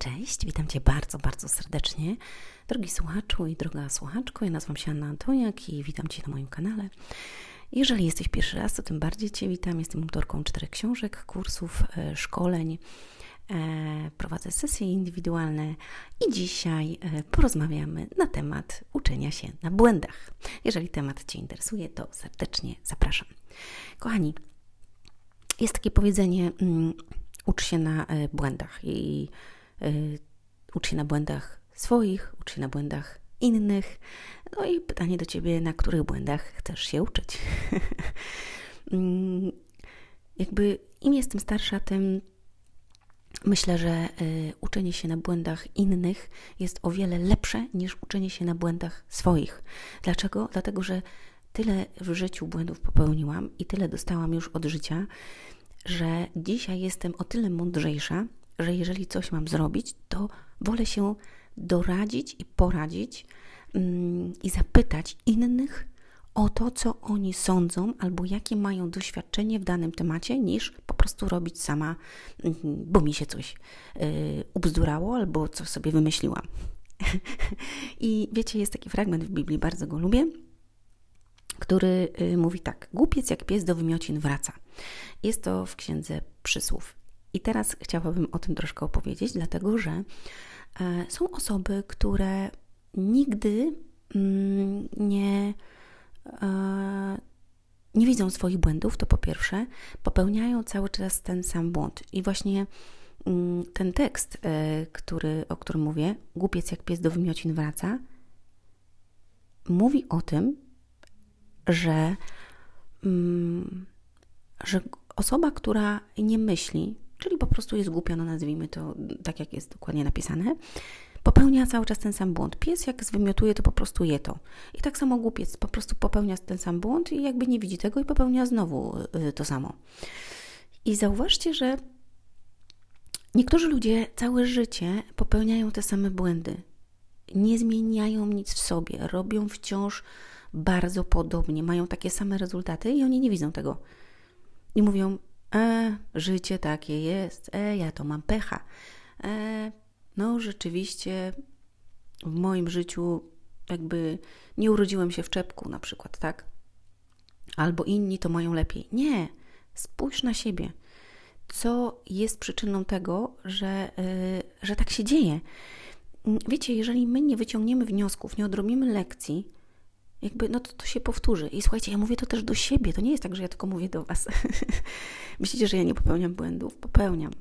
Cześć, witam Cię bardzo, bardzo serdecznie. Drogi słuchaczu i droga słuchaczko, ja nazywam się Anna Antoniak i witam Cię na moim kanale. Jeżeli jesteś pierwszy raz, to tym bardziej Cię witam. Jestem autorką 4 książek, kursów, szkoleń. Prowadzę sesje indywidualne i dzisiaj porozmawiamy na temat uczenia się na błędach. Jeżeli temat Cię interesuje, to serdecznie zapraszam. Kochani, jest takie powiedzenie, ucz się na błędach i ucz się na błędach swoich, ucz się na błędach innych. No i pytanie do Ciebie, na których błędach chcesz się uczyć? Jakby im jestem starsza, tym myślę, że uczenie się na błędach innych jest o wiele lepsze niż uczenie się na błędach swoich. Dlaczego? Dlatego, że tyle w życiu błędów popełniłam i tyle dostałam już od życia, że dzisiaj jestem o tyle mądrzejsza, że jeżeli coś mam zrobić, to wolę się doradzić i poradzić i zapytać innych o to, co oni sądzą albo jakie mają doświadczenie w danym temacie, niż po prostu robić sama, bo mi się coś ubzdurało albo coś sobie wymyśliłam. I wiecie, jest taki fragment w Biblii, bardzo go lubię, który mówi tak: głupiec jak pies do wymiocin wraca. Jest to w Księdze Przysłów. I teraz chciałabym o tym troszkę opowiedzieć, dlatego że są osoby, które nigdy nie widzą swoich błędów, to po pierwsze, popełniają cały czas ten sam błąd. I właśnie ten tekst, o którym mówię, głupiec jak pies do wymiocin wraca, mówi o tym, że osoba, która nie myśli, czyli po prostu jest głupia, no nazwijmy to tak, jak jest dokładnie napisane, popełnia cały czas ten sam błąd. Pies jak zwymiotuje, to po prostu je to. I tak samo głupiec po prostu popełnia ten sam błąd i jakby nie widzi tego i popełnia znowu to samo. I zauważcie, że niektórzy ludzie całe życie popełniają te same błędy. Nie zmieniają nic w sobie, robią wciąż bardzo podobnie, mają takie same rezultaty i oni nie widzą tego. I mówią: życie takie jest, ja to mam pecha. No rzeczywiście w moim życiu jakby nie urodziłem się w czepku na przykład, tak? Albo inni to mają lepiej. Nie, spójrz na siebie. Co jest przyczyną tego, że tak się dzieje? Wiecie, jeżeli my nie wyciągniemy wniosków, nie odrobimy lekcji, jakby, no to się powtórzy. I słuchajcie, ja mówię to też do siebie. To nie jest tak, że ja tylko mówię do Was. Myślicie, że ja nie popełniam błędów? Popełniam.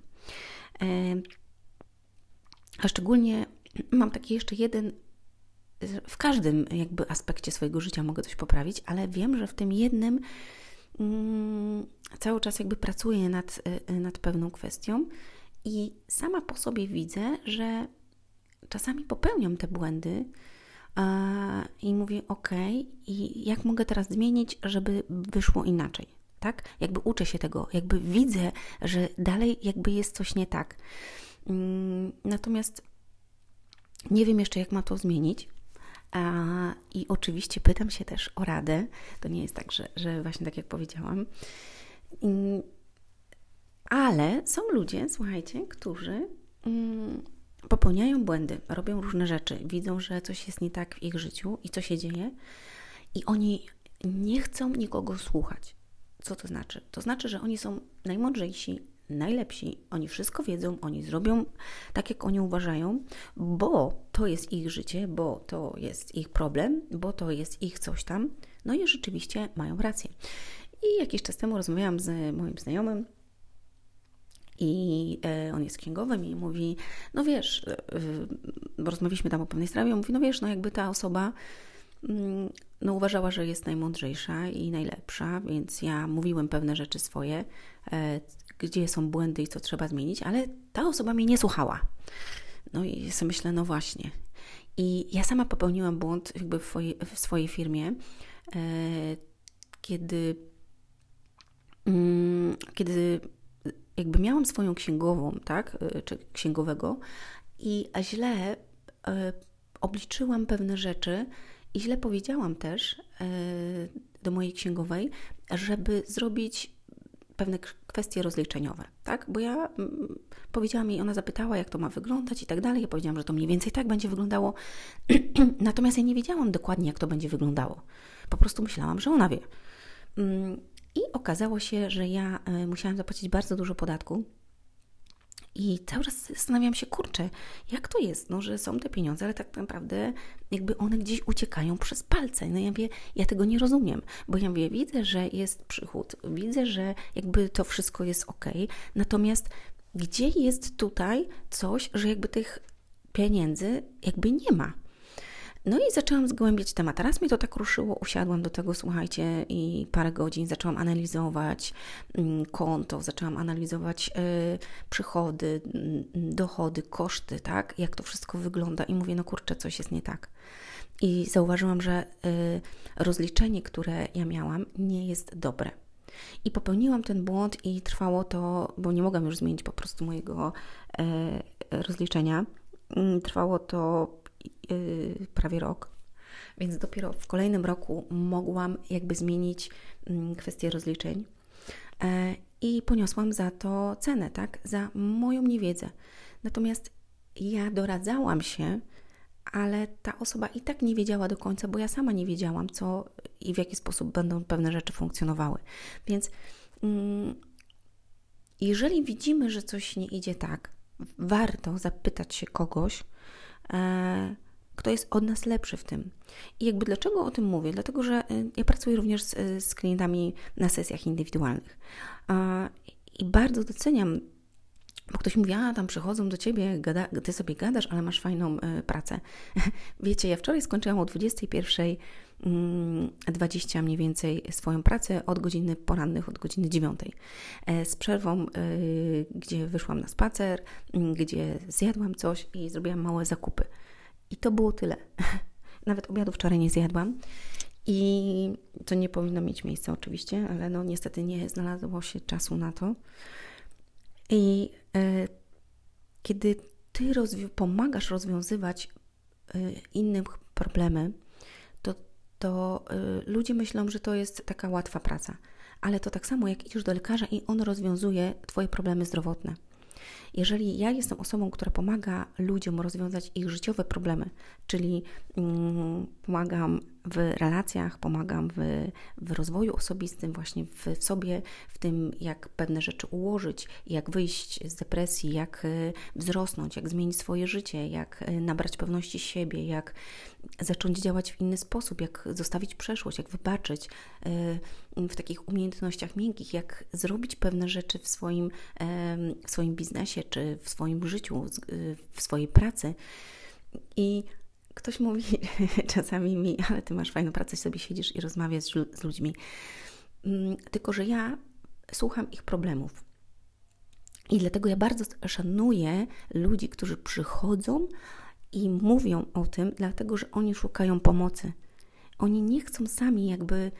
A szczególnie mam taki jeszcze jeden, w każdym jakby aspekcie swojego życia mogę coś poprawić, ale wiem, że w tym jednym cały czas jakby pracuję nad pewną kwestią i sama po sobie widzę, że czasami popełniam te błędy i mówię: i jak mogę teraz zmienić, żeby wyszło inaczej, tak? Jakby uczę się tego, jakby widzę, że dalej jakby jest coś nie tak. Natomiast nie wiem jeszcze, jak ma to zmienić. I oczywiście pytam się też o radę. To nie jest tak, że właśnie tak jak powiedziałam. Ale są ludzie, słuchajcie, którzy popełniają błędy, robią różne rzeczy, widzą, że coś jest nie tak w ich życiu i co się dzieje i oni nie chcą nikogo słuchać. Co to znaczy? To znaczy, że oni są najmądrzejsi, najlepsi, oni wszystko wiedzą, oni zrobią tak, jak oni uważają, bo to jest ich życie, bo to jest ich problem, bo to jest ich coś tam. No i rzeczywiście mają rację. I jakiś czas temu rozmawiałam z moim znajomym i on jest księgowym i mówi: no wiesz, bo rozmawialiśmy tam o pewnej sprawie, mówi: no wiesz, no jakby ta osoba no uważała, że jest najmądrzejsza i najlepsza, więc ja mówiłem pewne rzeczy swoje, gdzie są błędy i co trzeba zmienić, ale ta osoba mnie nie słuchała. No i sobie myślę, no właśnie. I ja sama popełniłam błąd jakby w swojej firmie, kiedy jakby miałam swoją księgową, tak, czy księgowego i źle obliczyłam pewne rzeczy i źle powiedziałam też do mojej księgowej, żeby zrobić pewne kwestie rozliczeniowe, tak? Bo ja powiedziałam jej, ona zapytała, jak to ma wyglądać i tak dalej. Ja powiedziałam, że to mniej więcej tak będzie wyglądało. Natomiast ja nie wiedziałam dokładnie, jak to będzie wyglądało. Po prostu myślałam, że ona wie. I okazało się, że ja musiałam zapłacić bardzo dużo podatku. I cały czas zastanawiam się, kurczę, jak to jest, no, że są te pieniądze, ale tak naprawdę jakby one gdzieś uciekają przez palce. No ja mówię, ja tego nie rozumiem, bo ja mówię, widzę, że jest przychód, widzę, że jakby to wszystko jest okej, natomiast gdzie jest tutaj coś, że jakby tych pieniędzy jakby nie ma. No i zaczęłam zgłębiać temat. Raz mnie to tak ruszyło, usiadłam do tego, słuchajcie, i parę godzin zaczęłam analizować konto, zaczęłam analizować przychody, dochody, koszty, tak, jak to wszystko wygląda i mówię, no kurczę, coś jest nie tak. I zauważyłam, że rozliczenie, które ja miałam, nie jest dobre. I popełniłam ten błąd i trwało to, bo nie mogłam już zmienić po prostu mojego rozliczenia. Trwało to prawie rok, więc dopiero w kolejnym roku mogłam jakby zmienić kwestię rozliczeń i poniosłam za to cenę, tak, za moją niewiedzę. Natomiast ja doradzałam się, ale ta osoba i tak nie wiedziała do końca, bo ja sama nie wiedziałam, co i w jaki sposób będą pewne rzeczy funkcjonowały. Więc jeżeli widzimy, że coś nie idzie tak, warto zapytać się kogoś, kto jest od nas lepszy w tym. I jakby dlaczego o tym mówię? Dlatego, że ja pracuję również z klientami na sesjach indywidualnych. I bardzo doceniam, bo ktoś mówi, tam przychodzą do Ciebie, Ty sobie gadasz, ale masz fajną pracę. Wiecie, ja wczoraj skończyłam o 21:20 mniej więcej swoją pracę od godziny porannych, od godziny 9. Z przerwą, gdzie wyszłam na spacer, gdzie zjadłam coś i zrobiłam małe zakupy. I to było tyle. Nawet obiadu wczoraj nie zjadłam. I to nie powinno mieć miejsca oczywiście, ale no niestety nie znalazło się czasu na to. I kiedy Ty pomagasz rozwiązywać innym problemy, to ludzie myślą, że to jest taka łatwa praca. Ale to tak samo, jak idziesz do lekarza i on rozwiązuje Twoje problemy zdrowotne. Jeżeli ja jestem osobą, która pomaga ludziom rozwiązać ich życiowe problemy, czyli pomagam w relacjach, pomagam w rozwoju osobistym, właśnie w sobie, w tym, jak pewne rzeczy ułożyć, jak wyjść z depresji, jak wzrosnąć, jak zmienić swoje życie, jak nabrać pewności siebie, jak zacząć działać w inny sposób, jak zostawić przeszłość, jak wybaczyć w takich umiejętnościach miękkich, jak zrobić pewne rzeczy w swoim biznesie, czy w swoim życiu, w swojej pracy. I ktoś mówi czasami mi, ale Ty masz fajną pracę, sobie siedzisz i rozmawiasz z ludźmi. Tylko że ja słucham ich problemów. I dlatego ja bardzo szanuję ludzi, którzy przychodzą i mówią o tym, dlatego że oni szukają pomocy. Oni nie chcą sami jakby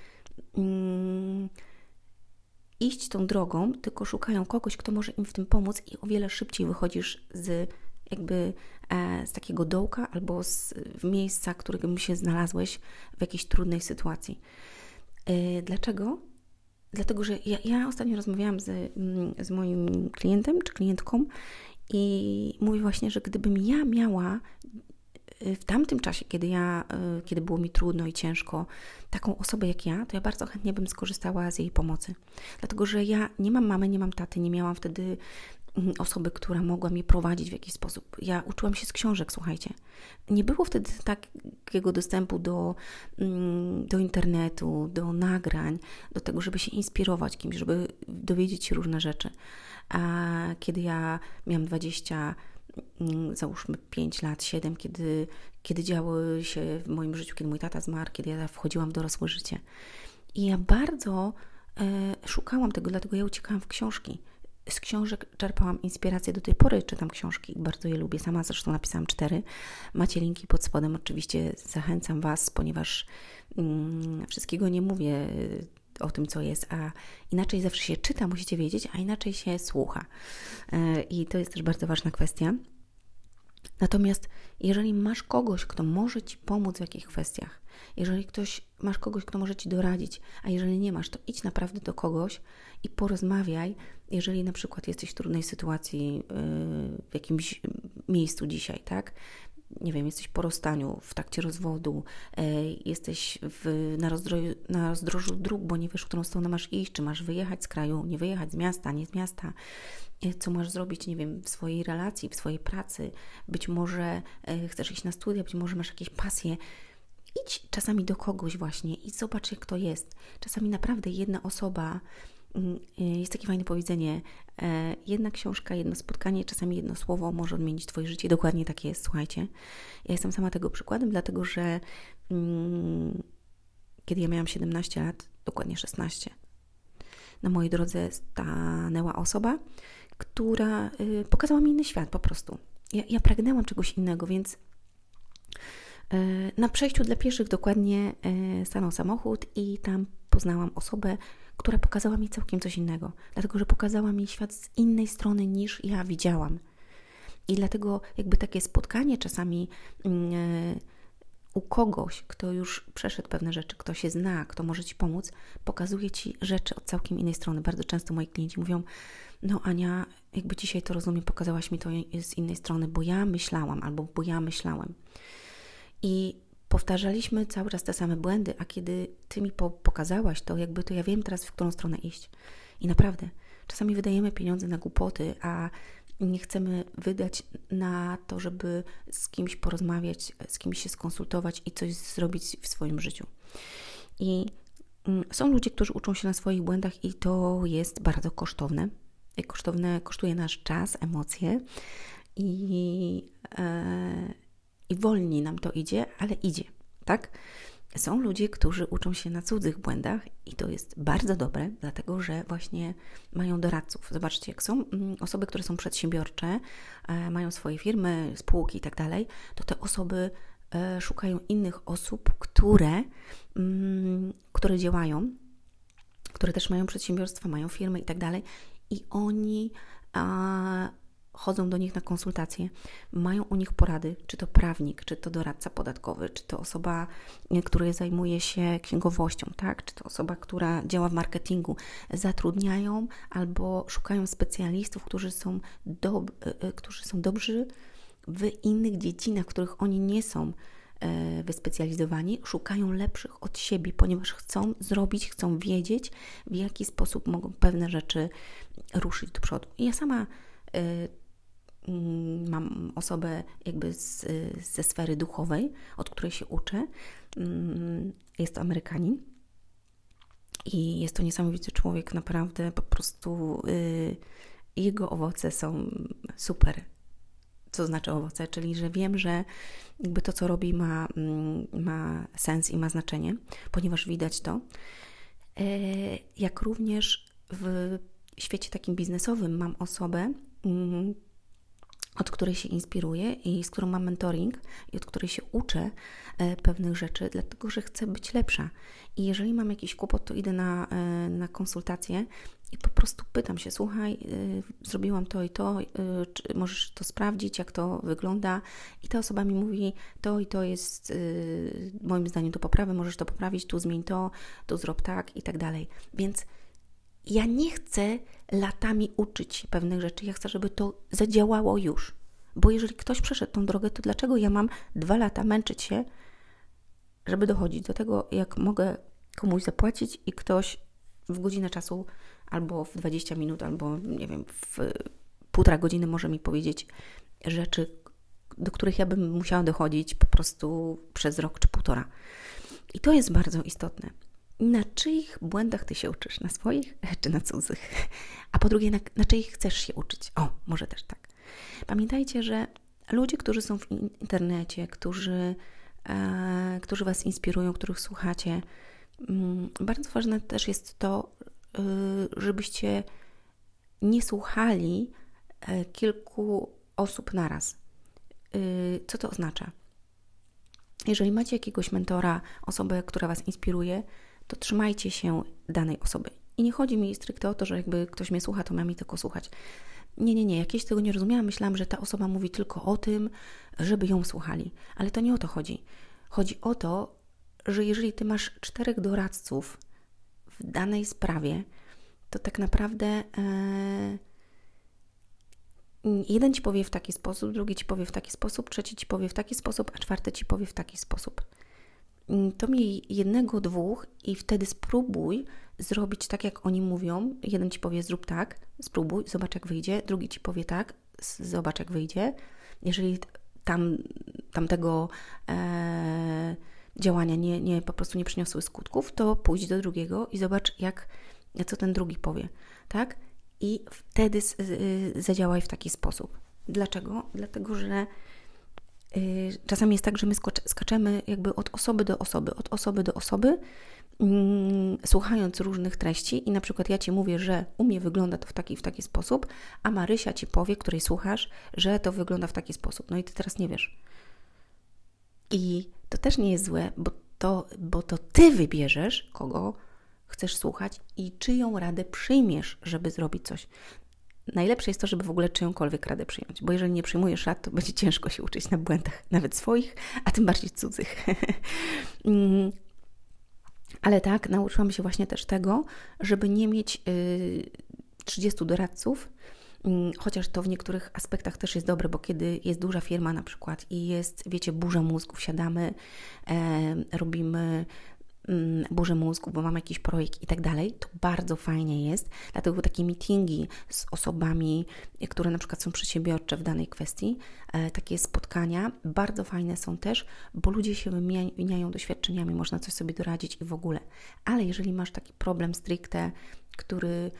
iść tą drogą, tylko szukają kogoś, kto może im w tym pomóc i o wiele szybciej wychodzisz z takiego dołka albo z miejsca, którego się znalazłeś w jakiejś trudnej sytuacji. Dlaczego? Dlatego, że ja ostatnio rozmawiałam z moim klientem czy klientką i mówię właśnie, że gdybym ja miała w tamtym czasie, kiedy było mi trudno i ciężko, taką osobę jak ja, to ja bardzo chętnie bym skorzystała z jej pomocy. Dlatego, że ja nie mam mamy, nie mam taty, nie miałam wtedy osoby, która mogła mnie prowadzić w jakiś sposób. Ja uczyłam się z książek, słuchajcie. Nie było wtedy takiego dostępu do internetu, do nagrań, do tego, żeby się inspirować kimś, żeby dowiedzieć się różne rzeczy. A kiedy ja miałam 20, załóżmy 5 lat, 7, kiedy działy się w moim życiu, kiedy mój tata zmarł, kiedy ja wchodziłam w dorosłe życie. I ja bardzo szukałam tego, dlatego ja uciekałam w książki. Z książek czerpałam inspirację, do tej pory czytam książki, bardzo je lubię, sama zresztą napisałam 4. Macie linki pod spodem, oczywiście zachęcam Was, ponieważ wszystkiego nie mówię o tym, co jest, a inaczej zawsze się czyta, musicie wiedzieć, a inaczej się słucha. I to jest też bardzo ważna kwestia. Natomiast jeżeli masz kogoś, kto może Ci pomóc w jakichś kwestiach, jeżeli masz kogoś, kto może Ci doradzić, a jeżeli nie masz, to idź naprawdę do kogoś i porozmawiaj, jeżeli na przykład jesteś w trudnej sytuacji w jakimś miejscu dzisiaj, tak? Nie wiem, jesteś po rozstaniu, w trakcie rozwodu, jesteś na rozdrożu dróg, bo nie wiesz, w którą stronę masz iść, czy masz wyjechać z kraju, nie wyjechać z miasta, nie z miasta, co masz zrobić, nie wiem, w swojej relacji, w swojej pracy, być może chcesz iść na studia, być może masz jakieś pasje. Idź czasami do kogoś właśnie i zobacz, jak to jest. Czasami naprawdę jedna osoba, jest takie fajne powiedzenie, jedna książka, jedno spotkanie, czasami jedno słowo może odmienić Twoje życie. Dokładnie tak jest, słuchajcie. Ja jestem sama tego przykładem, dlatego że kiedy ja miałam 17 lat, dokładnie 16, na mojej drodze stanęła osoba, która pokazała mi inny świat po prostu. Ja pragnęłam czegoś innego, więc na przejściu dla pieszych dokładnie stanął samochód i tam poznałam osobę, która pokazała mi całkiem coś innego, dlatego że pokazała mi świat z innej strony niż ja widziałam. I dlatego jakby takie spotkanie czasami u kogoś, kto już przeszedł pewne rzeczy, kto się zna, kto może Ci pomóc, pokazuje Ci rzeczy od całkiem innej strony. Bardzo często moi klienci mówią, no Ania, jakby dzisiaj to rozumiem, pokazałaś mi to z innej strony, bo ja myślałam albo bo ja myślałem. I powtarzaliśmy cały czas te same błędy, a kiedy Ty mi pokazałaś to ja wiem teraz, w którą stronę iść. I naprawdę, czasami wydajemy pieniądze na głupoty, a nie chcemy wydać na to, żeby z kimś porozmawiać, z kimś się skonsultować i coś zrobić w swoim życiu. I są ludzie, którzy uczą się na swoich błędach i to jest bardzo kosztowne. Kosztuje nasz czas, emocje i wolniej nam to idzie, ale idzie, tak? Są ludzie, którzy uczą się na cudzych błędach i to jest bardzo dobre, dlatego że właśnie mają doradców. Zobaczcie, jak są osoby, które są przedsiębiorcze, mają swoje firmy, spółki i tak dalej, to te osoby szukają innych osób, które działają, które też mają przedsiębiorstwa, mają firmy i tak dalej i oni chodzą do nich na konsultacje, mają u nich porady, czy to prawnik, czy to doradca podatkowy, czy to osoba, która zajmuje się księgowością, tak? Czy to osoba, która działa w marketingu. Zatrudniają albo szukają specjalistów, którzy są dobrzy w innych dziedzinach, w których oni nie są wyspecjalizowani, szukają lepszych od siebie, ponieważ chcą wiedzieć, w jaki sposób mogą pewne rzeczy ruszyć do przodu. I ja sama mam osobę jakby ze sfery duchowej, od której się uczę. Jest to Amerykanin i jest to niesamowity człowiek, naprawdę po prostu jego owoce są super. Co znaczy owoce? Czyli, że wiem, że jakby to, co robi ma sens i ma znaczenie, ponieważ widać to. Jak również w świecie takim biznesowym mam osobę, od której się inspiruję i z którą mam mentoring i od której się uczę pewnych rzeczy, dlatego że chcę być lepsza. I jeżeli mam jakiś kłopot, to idę na konsultację i po prostu pytam się, słuchaj, zrobiłam to i to, czy możesz to sprawdzić, jak to wygląda? I ta osoba mi mówi, to i to jest moim zdaniem do poprawy, możesz to poprawić, tu zmień to, tu zrób tak i tak dalej. Więc ja nie chcę latami uczyć się pewnych rzeczy, ja chcę, żeby to zadziałało już. Bo jeżeli ktoś przeszedł tą drogę, to dlaczego ja mam 2 lata męczyć się, żeby dochodzić do tego, jak mogę komuś zapłacić i ktoś w godzinę czasu, albo w 20 minut, albo nie wiem, w 1,5 godziny może mi powiedzieć rzeczy, do których ja bym musiała dochodzić po prostu przez rok czy 1,5. I to jest bardzo istotne. Na czyich błędach Ty się uczysz? Na swoich czy na cudzych? A po drugie, na czyich chcesz się uczyć? O, może też tak. Pamiętajcie, że ludzie, którzy są w internecie, którzy Was inspirują, których słuchacie, bardzo ważne też jest to, żebyście nie słuchali kilku osób naraz. Co to oznacza? Jeżeli macie jakiegoś mentora, osobę, która Was inspiruje, to trzymajcie się danej osoby. I nie chodzi mi stricte o to, że jakby ktoś mnie słucha, to mam mi tylko słuchać. Nie, ja kiedyś tego nie rozumiałam, myślałam, że ta osoba mówi tylko o tym, żeby ją słuchali, ale to nie o to chodzi. Chodzi o to, że jeżeli Ty masz 4 doradców w danej sprawie, to tak naprawdę jeden Ci powie w taki sposób, drugi Ci powie w taki sposób, trzeci Ci powie w taki sposób, a czwarty Ci powie w taki sposób. To miej jednego, dwóch i wtedy spróbuj zrobić tak, jak oni mówią. Jeden Ci powie zrób tak, spróbuj, zobacz jak wyjdzie, drugi Ci powie tak, zobacz jak wyjdzie. Jeżeli tamtego działania po prostu nie przyniosły skutków, to pójdź do drugiego i zobacz co ten drugi powie, tak? I wtedy zadziałaj w taki sposób. Dlaczego? Dlatego, że czasami jest tak, że my skaczemy jakby od osoby do osoby, słuchając różnych treści i na przykład ja Ci mówię, że u mnie wygląda to w taki sposób, a Marysia Ci powie, której słuchasz, że to wygląda w taki sposób. No i Ty teraz nie wiesz. I to też nie jest złe, bo to Ty wybierzesz, kogo chcesz słuchać i czyją radę przyjmiesz, żeby zrobić coś. Najlepsze jest to, żeby w ogóle czyjąkolwiek radę przyjąć, bo jeżeli nie przyjmujesz rad, to będzie ciężko się uczyć na błędach, nawet swoich, a tym bardziej cudzych. Ale tak, nauczyłam się właśnie też tego, żeby nie mieć 30 doradców, chociaż to w niektórych aspektach też jest dobre, bo kiedy jest duża firma na przykład i jest, wiecie, burza mózgów, siadamy, robimy burzę mózgu, bo mamy jakiś projekt i tak dalej, to bardzo fajnie jest. Dlatego takie meetingi z osobami, które na przykład są przedsiębiorcze w danej kwestii, takie spotkania bardzo fajne są też, bo ludzie się wymieniają doświadczeniami, można coś sobie doradzić i w ogóle. Ale jeżeli masz taki problem stricte, który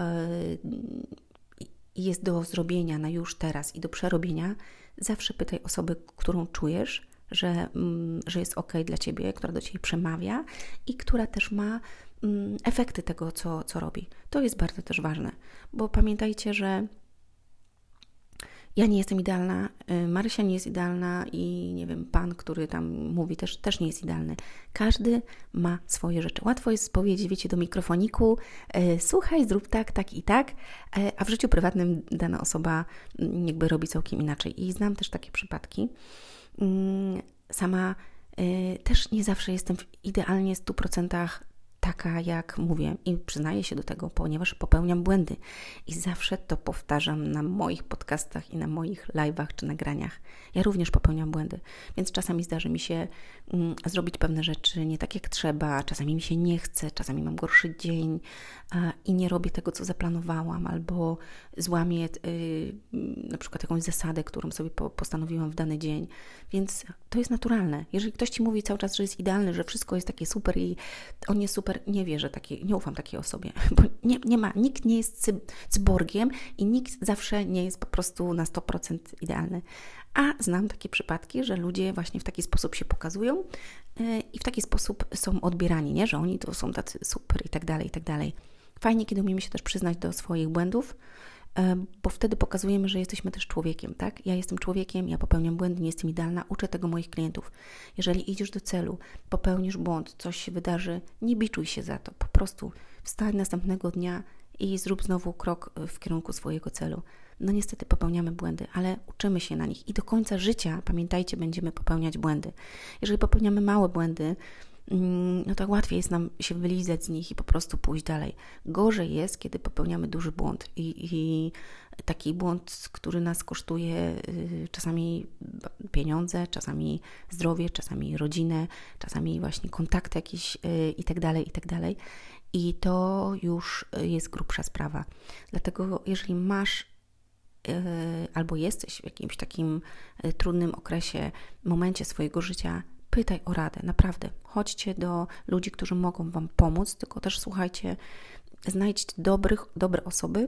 jest do zrobienia na już teraz i do przerobienia, zawsze pytaj osoby, którą czujesz, że jest ok dla Ciebie, która do Ciebie przemawia i która też ma efekty tego, co robi. To jest bardzo też ważne, bo pamiętajcie, że ja nie jestem idealna, Marysia nie jest idealna i nie wiem, pan, który tam mówi, też nie jest idealny. Każdy ma swoje rzeczy. Łatwo jest powiedzieć, wiecie, do mikrofoniku, słuchaj, zrób tak, tak i tak, a w życiu prywatnym dana osoba jakby robi całkiem inaczej. I znam też takie przypadki. Sama też nie zawsze jestem idealnie 100% taka, jak mówię i przyznaję się do tego, ponieważ popełniam błędy i zawsze to powtarzam na moich podcastach i na moich live'ach czy nagraniach. Ja również popełniam błędy, więc czasami zdarzy mi się zrobić pewne rzeczy nie tak jak trzeba, czasami mi się nie chce, czasami mam gorszy dzień i nie robię tego, co zaplanowałam, albo złamię na przykład jakąś zasadę, którą sobie postanowiłam w dany dzień, więc to jest naturalne. Jeżeli ktoś Ci mówi cały czas, że jest idealny, że wszystko jest takie super i on jest super, nie wierzę nie ufam takiej osobie, bo nikt nie jest cyborgiem i nikt zawsze nie jest po prostu na 100% idealny. A znam takie przypadki, że ludzie właśnie w taki sposób się pokazują i w taki sposób są odbierani, nie? Że oni to są tacy super i tak dalej, i tak dalej. Fajnie, kiedy umiemy się też przyznać do swoich błędów, bo wtedy pokazujemy, że jesteśmy też człowiekiem, tak? Ja jestem człowiekiem, ja popełniam błędy, nie jestem idealna, uczę tego moich klientów. Jeżeli idziesz do celu, popełnisz błąd, coś się wydarzy, nie biczuj się za to, po prostu wstań następnego dnia i zrób znowu krok w kierunku swojego celu. No niestety popełniamy błędy, ale uczymy się na nich i do końca życia, pamiętajcie, będziemy popełniać błędy. Jeżeli popełniamy małe błędy, no to łatwiej jest nam się wylizać z nich i po prostu pójść dalej. Gorzej jest, kiedy popełniamy duży błąd i taki błąd, który nas kosztuje czasami pieniądze, czasami zdrowie, czasami rodzinę, czasami właśnie kontakty jakieś i tak dalej, i tak dalej. I to już jest grubsza sprawa. Dlatego jeżeli masz albo jesteś w jakimś takim trudnym okresie, momencie swojego życia, pytaj o radę, naprawdę. Chodźcie do ludzi, którzy mogą Wam pomóc, tylko też słuchajcie, znajdźcie dobre osoby,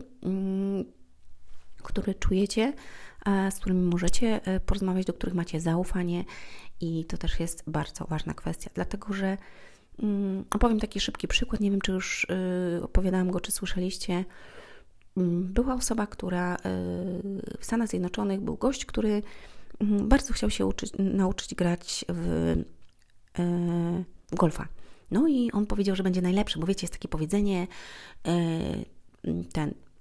które czujecie, z którymi możecie porozmawiać, do których macie zaufanie i to też jest bardzo ważna kwestia, dlatego że opowiem taki szybki przykład, nie wiem, czy już opowiadałam go, czy słyszeliście. Była osoba, która w Stanach Zjednoczonych, był gość, który bardzo chciał się nauczyć grać w golfa. No i on powiedział, że będzie najlepszy, bo wiecie, jest takie powiedzenie,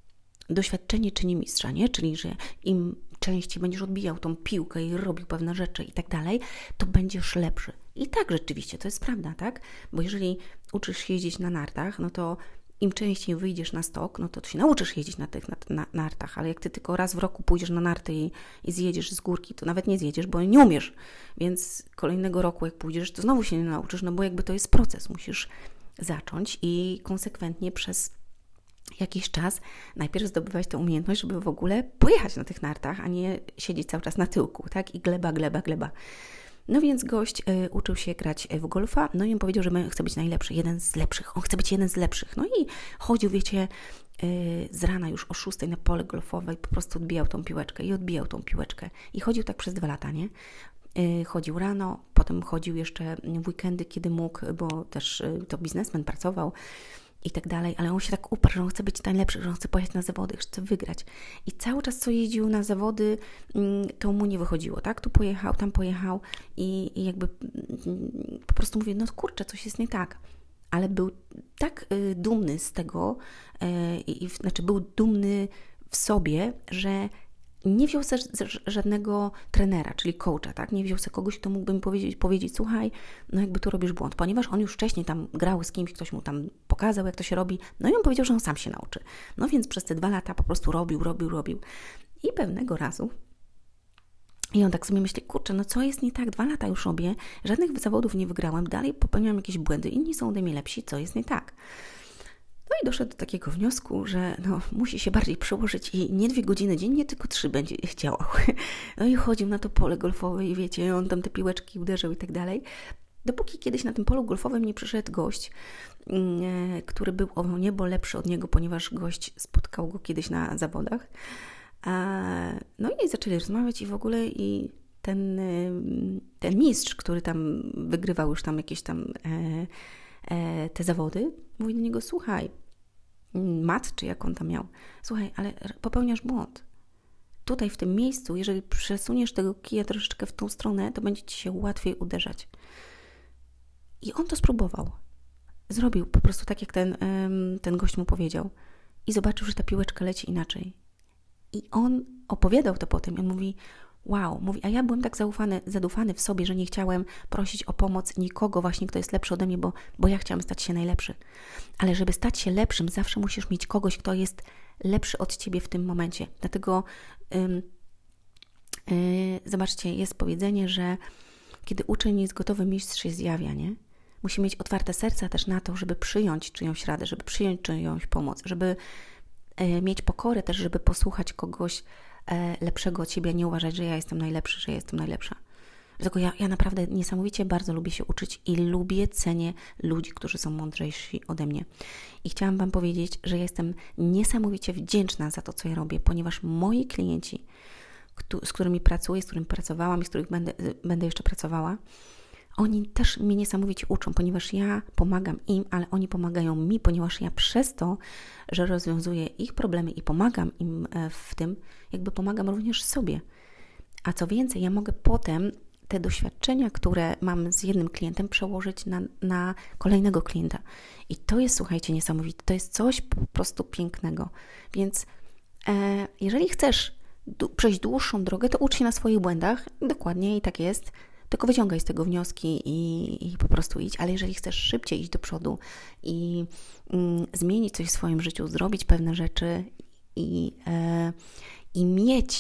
doświadczenie czyni mistrza, nie? Czyli, że im częściej będziesz odbijał tą piłkę i robił pewne rzeczy i tak dalej, to będziesz lepszy. I tak rzeczywiście, to jest prawda, tak? Bo jeżeli uczysz się jeździć na nartach, no to im częściej wyjdziesz na stok, no to się nauczysz jeździć na tych nartach, ale jak ty tylko raz w roku pójdziesz na narty i zjedziesz z górki, to nawet nie zjedziesz, bo nie umiesz. Więc kolejnego roku, jak pójdziesz, to znowu się nie nauczysz, no bo jakby to jest proces, musisz zacząć i konsekwentnie przez jakiś czas najpierw zdobywać tę umiejętność, żeby w ogóle pojechać na tych nartach, a nie siedzieć cały czas na tyłku, tak? I gleba, gleba, gleba. No więc gość uczył się grać w golfa, no i on powiedział, że chce być najlepszy, jeden z lepszych, on chce być jeden z lepszych. No i chodził, wiecie, z rana już o 6 na pole golfowe i po prostu odbijał tą piłeczkę i odbijał tą piłeczkę. I chodził tak przez 2 lata, nie? Chodził rano, potem chodził jeszcze w weekendy, kiedy mógł, bo też to biznesmen pracował i tak dalej, ale on się tak uparł, że on chce być najlepszy, że on chce pojechać na zawody, chce wygrać. I cały czas, co jeździł na zawody, to mu nie wychodziło, tak? Tu pojechał, tam pojechał i jakby po prostu mówię, no kurczę, coś jest nie tak. Ale był tak dumny z tego, znaczy był dumny w sobie, że nie wziął sobie żadnego trenera, czyli coacha, tak? Nie wziął sobie kogoś, kto mógłby mi powiedzieć, słuchaj, no jakby tu robisz błąd, ponieważ on już wcześniej tam grał z kimś, ktoś mu tam pokazał, jak to się robi, no i on powiedział, że on sam się nauczy. No więc przez te 2 lata po prostu robił. I pewnego razu i on tak sobie myśli, kurczę, no co jest nie tak, 2 lata już robię, żadnych zawodów nie wygrałem, dalej popełniam jakieś błędy, inni są ode mnie lepsi, co jest nie tak? No i doszedł do takiego wniosku, że no, musi się bardziej przełożyć i nie 2 godziny dziennie, tylko 3 będzie działał. No i chodził na to pole golfowe i wiecie, on tam te piłeczki uderzał i tak dalej. Dopóki kiedyś na tym polu golfowym nie przyszedł gość, który był o niebo lepszy od niego, ponieważ gość spotkał go kiedyś na zawodach. No i zaczęli rozmawiać i w ogóle i ten mistrz, który tam wygrywał już tam jakieś tam te zawody, mówi do niego, słuchaj, Matt, czy jak on tam miał, słuchaj, ale popełniasz błąd. Tutaj w tym miejscu, jeżeli przesuniesz tego kija troszeczkę w tą stronę, to będzie ci się łatwiej uderzać. I on to spróbował. Zrobił po prostu tak, jak ten gość mu powiedział. I zobaczył, że ta piłeczka leci inaczej. I on opowiadał to potem. I on mówi, wow, mówi, a ja byłem tak zadufany w sobie, że nie chciałem prosić o pomoc nikogo właśnie, kto jest lepszy ode mnie, bo ja chciałam stać się najlepszy. Ale żeby stać się lepszym, zawsze musisz mieć kogoś, kto jest lepszy od ciebie w tym momencie. Dlatego zobaczcie, jest powiedzenie, że kiedy uczeń jest gotowy, mistrz się zjawia, nie? Musi mieć otwarte serca też na to, żeby przyjąć czyjąś radę, żeby przyjąć czyjąś pomoc, żeby mieć pokorę też, żeby posłuchać kogoś lepszego od siebie, a nie uważać, że ja jestem najlepszy, że ja jestem najlepsza. Dlatego ja naprawdę niesamowicie bardzo lubię się uczyć i cenię ludzi, którzy są mądrzejsi ode mnie. I chciałam Wam powiedzieć, że jestem niesamowicie wdzięczna za to, co ja robię, ponieważ moi klienci, z którymi pracuję, z którymi pracowałam i z których będę jeszcze pracowała, oni też mnie niesamowicie uczą, ponieważ ja pomagam im, ale oni pomagają mi, ponieważ ja przez to, że rozwiązuję ich problemy i pomagam im w tym, jakby pomagam również sobie. A co więcej, ja mogę potem te doświadczenia, które mam z jednym klientem, przełożyć na kolejnego klienta. I to jest, słuchajcie, niesamowite. To jest coś po prostu pięknego. Więc jeżeli chcesz przejść dłuższą drogę, to ucz się na swoich błędach. Dokładnie i tak jest. Tylko wyciągaj z tego wnioski i po prostu idź. Ale jeżeli chcesz szybciej iść do przodu i zmienić coś w swoim życiu, zrobić pewne rzeczy i mieć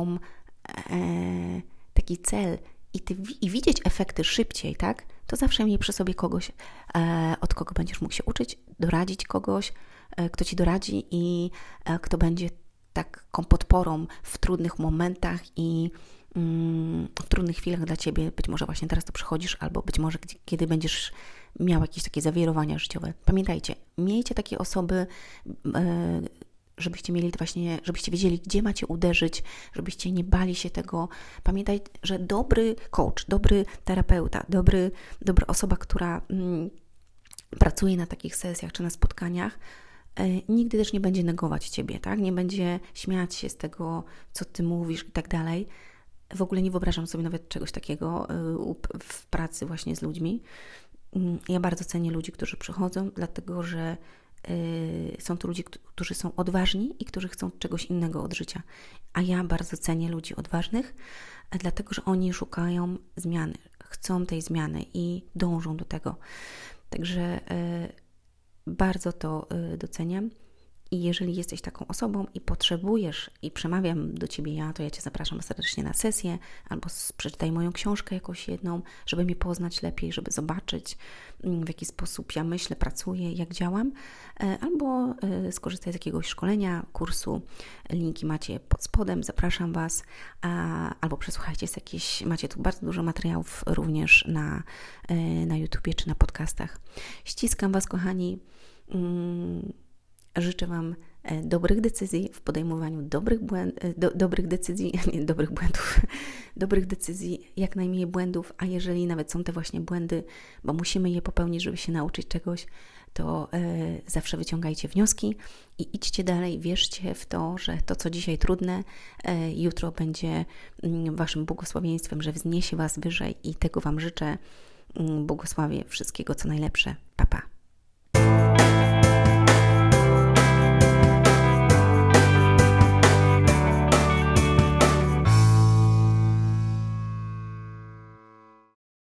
taki cel i widzieć efekty szybciej, tak? To zawsze miej przy sobie kogoś, od kogo będziesz mógł się uczyć, doradzić kogoś, kto Ci doradzi i kto będzie taką podporą w trudnych momentach i w trudnych chwilach dla Ciebie. Być może właśnie teraz to przechodzisz, albo być może kiedy będziesz miał jakieś takie zawirowania życiowe. Pamiętajcie, miejcie takie osoby, żebyście mieli właśnie, żebyście wiedzieli, gdzie macie uderzyć, żebyście nie bali się tego. Pamiętaj, że dobry coach, dobry terapeuta, dobra osoba, która pracuje na takich sesjach czy na spotkaniach, nigdy też nie będzie negować Ciebie, tak? Nie będzie śmiać się z tego, co Ty mówisz i tak dalej. W ogóle nie wyobrażam sobie nawet czegoś takiego w pracy właśnie z ludźmi. Ja bardzo cenię ludzi, którzy przychodzą, dlatego że są to ludzie, którzy są odważni i którzy chcą czegoś innego od życia. A ja bardzo cenię ludzi odważnych, dlatego że oni szukają zmiany, chcą tej zmiany i dążą do tego. Także bardzo to doceniam. I jeżeli jesteś taką osobą i potrzebujesz, i przemawiam do Ciebie ja, to ja Cię zapraszam serdecznie na sesję, albo przeczytaj moją książkę jakąś jedną, żeby mnie poznać lepiej, żeby zobaczyć, w jaki sposób ja myślę, pracuję, jak działam, albo skorzystaj z jakiegoś szkolenia, kursu, linki macie pod spodem, zapraszam Was, albo przesłuchajcie macie tu bardzo dużo materiałów również na YouTubie czy na podcastach. Ściskam Was, kochani. Życzę Wam dobrych decyzji w podejmowaniu dobrych decyzji, jak najmniej błędów, a jeżeli nawet są te właśnie błędy, bo musimy je popełnić, żeby się nauczyć czegoś, to zawsze wyciągajcie wnioski i idźcie dalej, wierzcie w to, że to, co dzisiaj trudne, jutro będzie Waszym błogosławieństwem, że wzniesie Was wyżej i tego Wam życzę. Błogosławię, wszystkiego co najlepsze. Pa, pa.